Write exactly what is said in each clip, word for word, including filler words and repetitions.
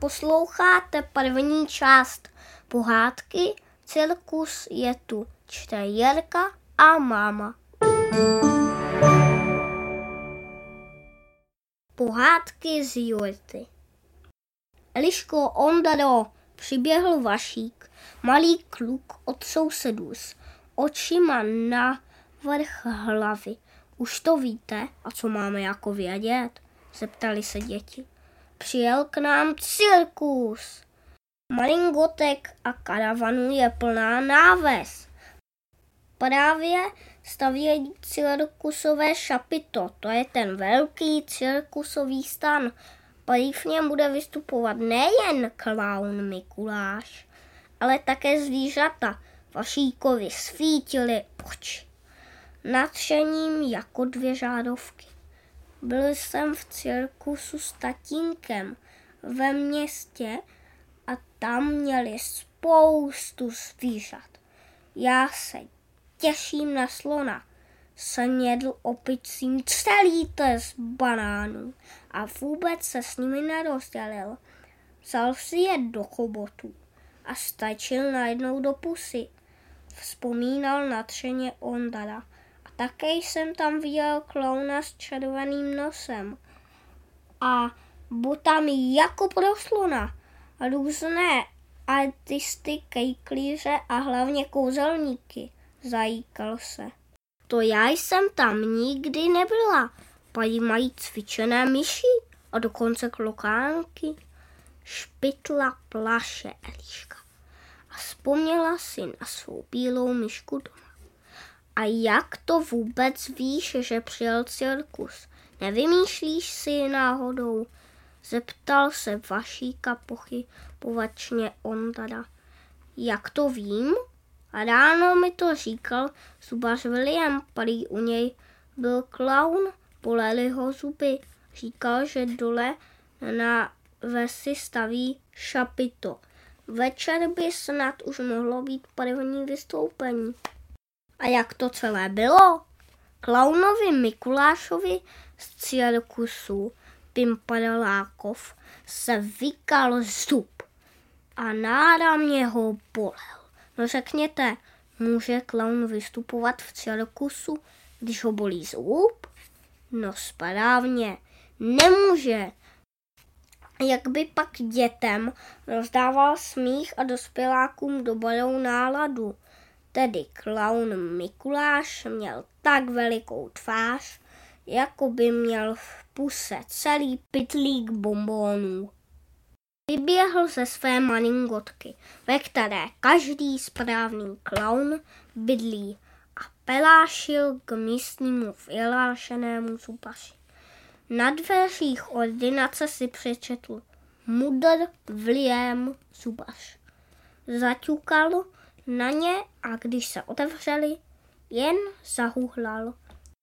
Posloucháte první část pohádky Cirkus je tu. Čte Jirka a máma. Pohádky z Jurty. Eliško, Ondro, přiběhl Vašík, malý kluk od sousedů s očima na vrch hlavy. Už to víte? A co máme jako vědět? Zeptali se děti. Přijel k nám cirkus. Maringotek a karavanů je plná náves. Právě stavějí cirkusové šapito, to je ten velký cirkusový stan. Prý v něm bude vystupovat nejen klaun Mikuláš, ale také zvířata. Vašíkovi svítily oči nadšením jako dvě žárovky. Byl jsem v cirkusu s tatínkem ve městě a tam měli spoustu zvířat. Já se těším na slona. Snědl opicím celý test banánů a vůbec se s nimi nerozdělil. Vzal si je do chobotů a stačil najednou do pusy. Vzpomínal nadšeně Ondra. A také jsem tam viděl klauna s červeným nosem a botami jako pro slona. Různé artisty, kejklíře a hlavně kouzelníky. Zajíkal se. To já jsem tam nikdy nebyla. Pají mají cvičené myši a dokonce klokánky. Špitla plaše Eliška a vzpomněla si na svou bílou myšku doma. A jak to vůbec víš, že přijel cirkus? Nevymýšlíš si náhodou? Zeptal se Vašíka pochybovačně Ondra. Jak to vím? A ráno mi to říkal zubař William, prý u něj byl klaun, bolely ho zuby. Říkal, že dole na vesi staví šapito. Večer by snad už mohlo být první vystoupení. A jak to celé bylo? Klaunovi Mikulášovi z cirkusu Pimpadelákov se vykal zub a náramně ho bolel. No řekněte, může klaun vystupovat v cirkusu, když ho bolí zub? No správně, nemůže. Jak by pak dětem rozdával smích a dospělákům dobrou náladu. Tedy klaun Mikuláš měl tak velikou tvář, jako by měl v puse celý pytlík bonbonů. Vyběhl ze své maringotky, ve které každý správný klaun bydlí, a pelášil k místnímu vyhlášenému zubaři. Na dveřích ordinace si přečetl Mudr William zubař. Zaťukal na ně a když se otevřeli, jen zahuhlal.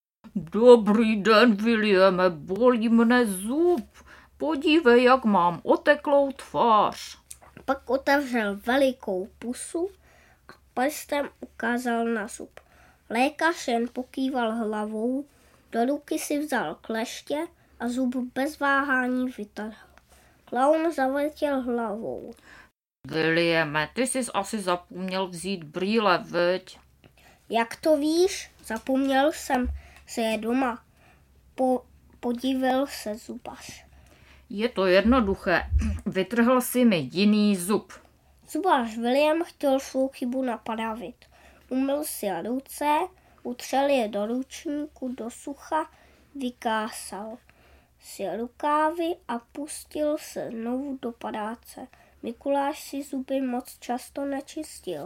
Dobrý den, Williame, bolí mne zub. Podívej, jak mám oteklou tvář. Pak otevřel velikou pusu a prstem ukázal na zub. Lékař jen pokýval hlavou, do ruky si vzal kleště a zub bez váhání vytrhl. Klaun zavrtěl hlavou. Williame, ty jsi asi zapomněl vzít brýle, veď? Jak to víš? Zapomněl jsem si je doma. Po, podívil se zubař. Je to jednoduché. Vytrhl si mi jiný zub. Zubař William chtěl svou chybu napravit. Umyl si ruce, utřel je do ručníku do sucha, vykásal si rukávy a pustil se znovu do práce. Mikuláš si zuby moc často nečistil.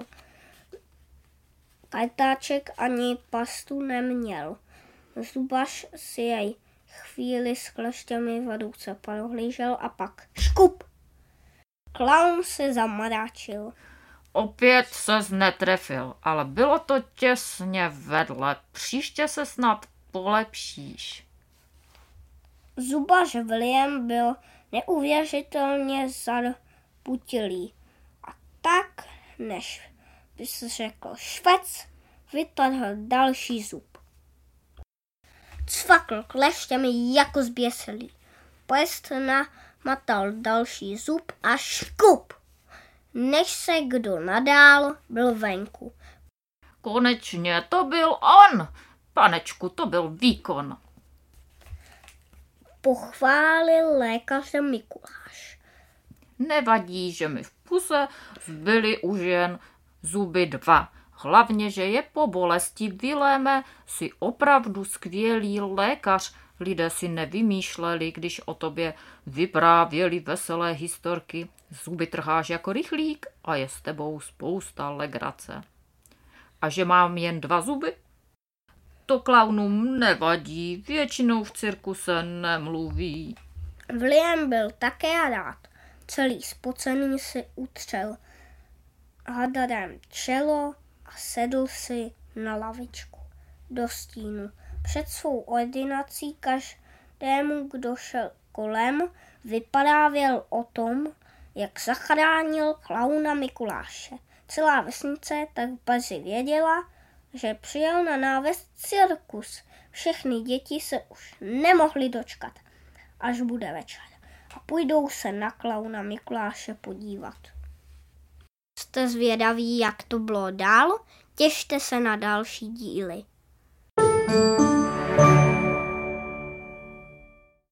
Kartáček ani pastu neměl. Zubař si jej chvíli s kleštěmi v ruce prohlížel a pak škup! Klaun se zamračil. Opět ses netrefil, ale bylo to těsně vedle. Příště se snad polepšíš. Zubař William byl neuvěřitelně zarputilý. A tak, než by se řekl švec, vytrhl další zub. Cvakl kleštěmi jako zběsilý. Prst na matal další zub a škup. Než se kdo nadál, byl venku. Konečně to byl on. Panečku, to byl výkon. Pochválil lékaře Mikuláš. Nevadí, že mi v puse zbyly už jen zuby dva. Hlavně, že je po bolesti Viléme si opravdu skvělý lékař. Lidé si nevymýšleli, když o tobě vyprávěli veselé historky. Zuby trháš jako rychlík a je s tebou spousta legrace. A že mám jen dva zuby? To klaunům nevadí, většinou v cirkuse nemluví. William byl také rád. Celý spocený si utřel hadarem čelo a sedl si na lavičku do stínu. Před svou ordinací každému, kdo šel kolem, vyprávěl o tom, jak zachránil klauna Mikuláše. Celá vesnice tak brzy věděla, že přijel na náves cirkus. Všechny děti se už nemohly dočkat, až bude večer. A půjdou se na klauna Mikuláše podívat. Jste zvědaví, jak to bylo dál? Těšte se na další díly.